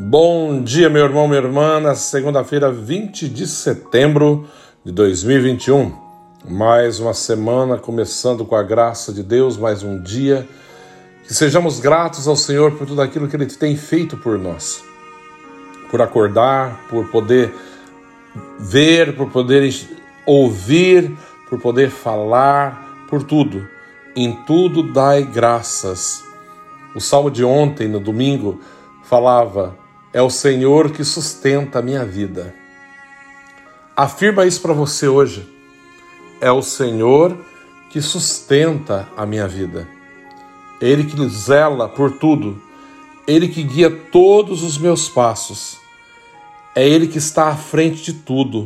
Bom dia, meu irmão, minha irmã, na segunda-feira, 20 de setembro de 2021. Mais uma semana, começando com a graça de Deus, mais um dia. Que sejamos gratos ao Senhor por tudo aquilo que Ele tem feito por nós. Por acordar, por poder ver, por poder ouvir, por poder falar, por tudo. Em tudo dai graças. O salmo de ontem, no domingo, falava: é o Senhor que sustenta a minha vida. Afirma isso para você hoje. É o Senhor que sustenta a minha vida. Ele que zela por tudo. Ele que guia todos os meus passos. É Ele que está à frente de tudo.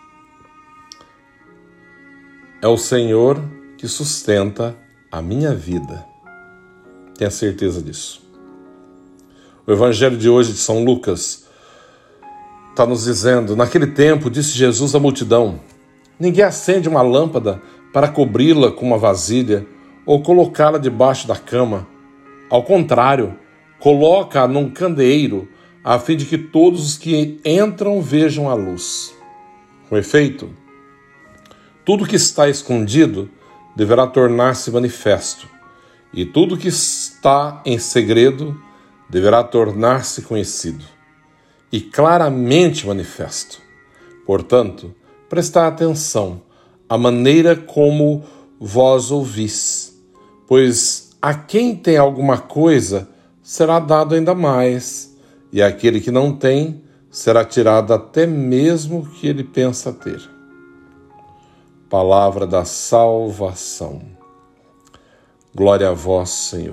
É o Senhor que sustenta a minha vida. Tenha certeza disso. O Evangelho de hoje de São Lucas está nos dizendo: naquele tempo disse Jesus à multidão: ninguém acende uma lâmpada para cobri-la com uma vasilha ou colocá-la debaixo da cama. Ao contrário, coloca-a num candeeiro, a fim de que todos os que entram vejam a luz. Com efeito, tudo que está escondido deverá tornar-se manifesto, e tudo que está em segredo deverá tornar-se conhecido e claramente manifesto. Portanto, prestai atenção à maneira como vós ouvis, pois a quem tem alguma coisa será dado ainda mais, e àquele que não tem será tirado até mesmo o que ele pensa ter. Palavra da salvação. Glória a vós, Senhor.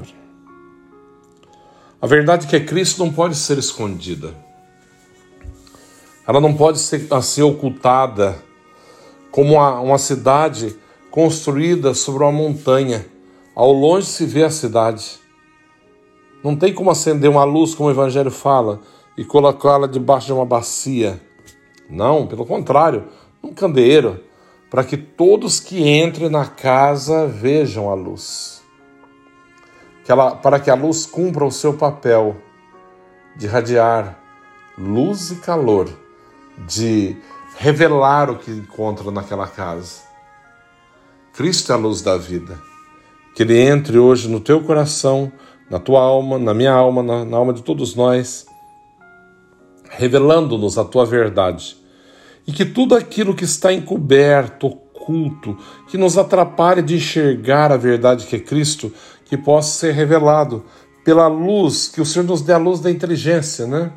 A verdade é que Cristo não pode ser escondida. Ela não pode ser assim ocultada como uma cidade construída sobre uma montanha. Ao longe se vê a cidade. Não tem como acender uma luz, como o Evangelho fala, e colocá-la debaixo de uma bacia. Não, pelo contrário, um candeeiro, para que todos que entrem na casa vejam a luz. Para que a luz cumpra o seu papel de irradiar luz e calor, de revelar o que encontra naquela casa. Cristo é a luz da vida. Que Ele entre hoje no teu coração, na tua alma, na minha alma, na alma de todos nós, revelando-nos a tua verdade. E que tudo aquilo que está encoberto, oculto, que nos atrapalha de enxergar a verdade que é Cristo, que possa ser revelado pela luz, que o Senhor nos dê a luz da inteligência, né?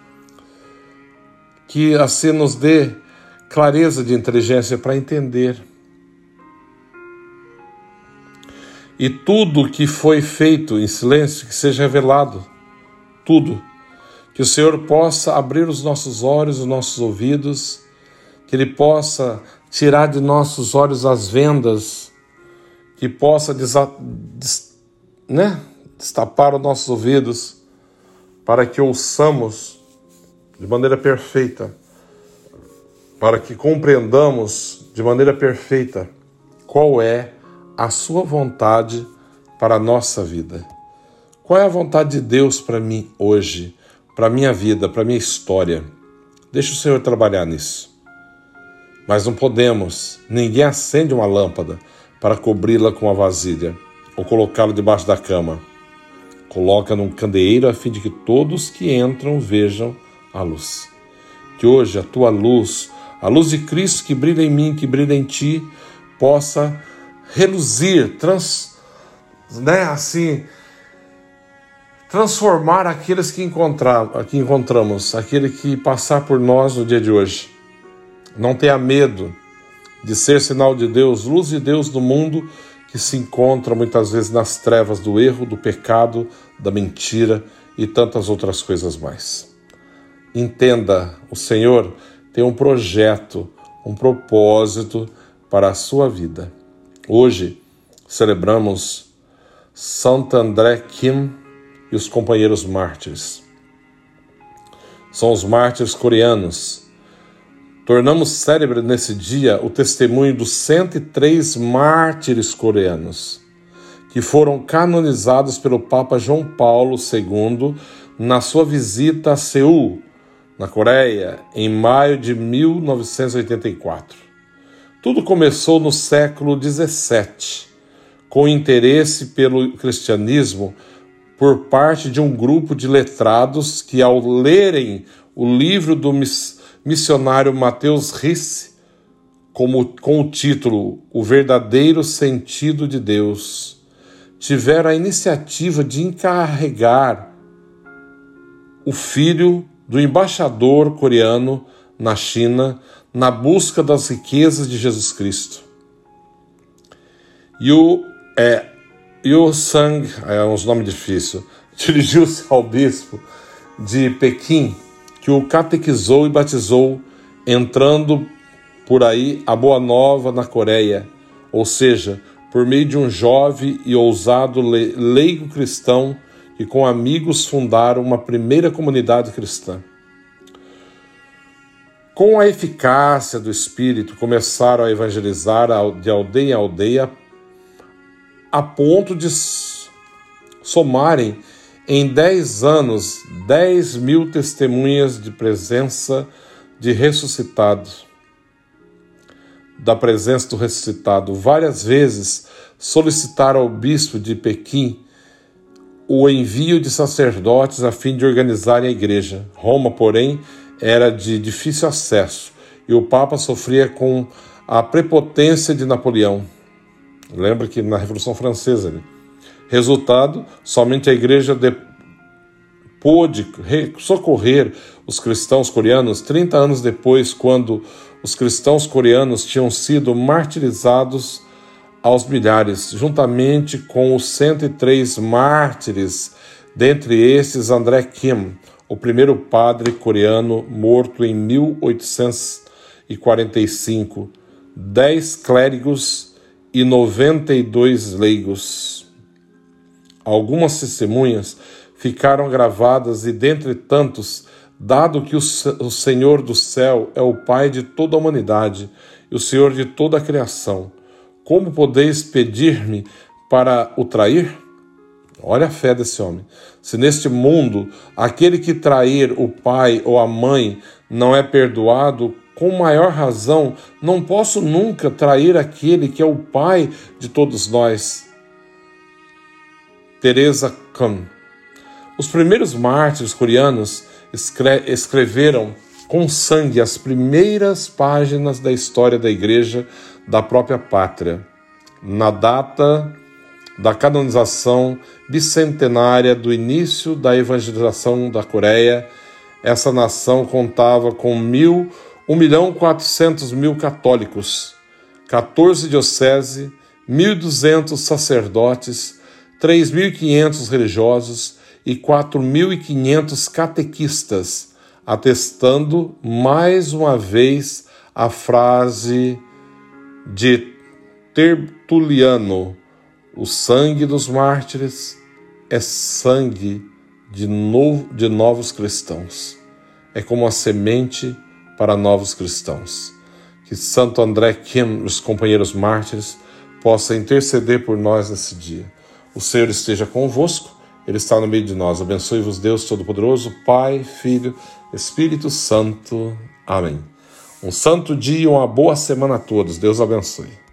Que assim nos dê clareza de inteligência para entender. E tudo que foi feito em silêncio, que seja revelado. Tudo. Que o Senhor possa abrir os nossos olhos, os nossos ouvidos, que Ele possa tirar de nossos olhos as vendas, que possa destapar os nossos ouvidos, para que ouçamos de maneira perfeita, para que compreendamos de maneira perfeita qual é a sua vontade para a nossa vida. Qual é a vontade de Deus para mim hoje, para a minha vida, para a minha história? Deixa o Senhor trabalhar nisso. Mas não podemos, ninguém acende uma lâmpada para cobri-la com uma vasilha ou colocá-la debaixo da cama. Coloca num candeeiro a fim de que todos que entram vejam a luz. Que hoje a tua luz, a luz de Cristo que brilha em mim, que brilha em ti, possa reluzir, transformar aqueles que encontramos, aquele que passar por nós no dia de hoje. Não tenha medo de ser sinal de Deus, luz de Deus no mundo que se encontra muitas vezes nas trevas do erro, do pecado, da mentira e tantas outras coisas mais. Entenda, o Senhor tem um projeto, um propósito para a sua vida. Hoje celebramos Santo André Kim e os companheiros mártires. São os mártires coreanos. Tornamos célebre nesse dia o testemunho dos 103 mártires coreanos, que foram canonizados pelo Papa João Paulo II na sua visita a Seul, na Coreia, em maio de 1984. Tudo começou no século XVII, com interesse pelo cristianismo por parte de um grupo de letrados que, ao lerem o livro do missionário Mateus Ricci, com o título O Verdadeiro Sentido de Deus, tiveram a iniciativa de encarregar o filho do embaixador coreano na China na busca das riquezas de Jesus Cristo. Yu Sang, é um nome difícil, dirigiu-se ao bispo de Pequim, que o catequizou e batizou, entrando por aí a Boa Nova na Coreia, ou seja, por meio de um jovem e ousado leigo cristão que com amigos fundaram uma primeira comunidade cristã. Com a eficácia do Espírito, começaram a evangelizar de aldeia em aldeia, a ponto de somarem em 10 anos 10.000 testemunhas de presença de ressuscitado, da presença do ressuscitado. Várias vezes solicitaram ao bispo de Pequim o envio de sacerdotes a fim de organizarem a igreja. Roma, porém, era de difícil acesso e o Papa sofria com a prepotência de Napoleão. Lembra que na Revolução Francesa, né? Resultado, somente a igreja pôde socorrer os cristãos coreanos 30 anos depois, quando os cristãos coreanos tinham sido martirizados aos milhares, juntamente com os 103 mártires, dentre estes André Kim, o primeiro padre coreano morto em 1845, 10 clérigos e 92 leigos. Algumas testemunhas ficaram gravadas e, dentre tantos, dado que o Senhor do céu é o Pai de toda a humanidade e o Senhor de toda a criação, como podeis pedir-me para o trair? Olha a fé desse homem. Se neste mundo aquele que trair o pai ou a mãe não é perdoado, com maior razão não posso nunca trair aquele que é o pai de todos nós. Teresa Kun. Os primeiros mártires coreanos escreveram com sangue as primeiras páginas da história da igreja da própria pátria. Na data da canonização bicentenária do início da evangelização da Coreia, essa nação contava com 1.400.000 católicos, 14 dioceses, 1.200 sacerdotes, 3.500 religiosos e 4.500 catequistas, atestando mais uma vez a frase de Tertuliano: o sangue dos mártires é sangue de novos cristãos. É como a semente para novos cristãos. Que Santo André Kim, os companheiros mártires, possa interceder por nós nesse dia. O Senhor esteja convosco, Ele está no meio de nós. Abençoe-vos Deus Todo-Poderoso, Pai, Filho, Espírito Santo. Amém. Um santo dia e uma boa semana a todos. Deus abençoe.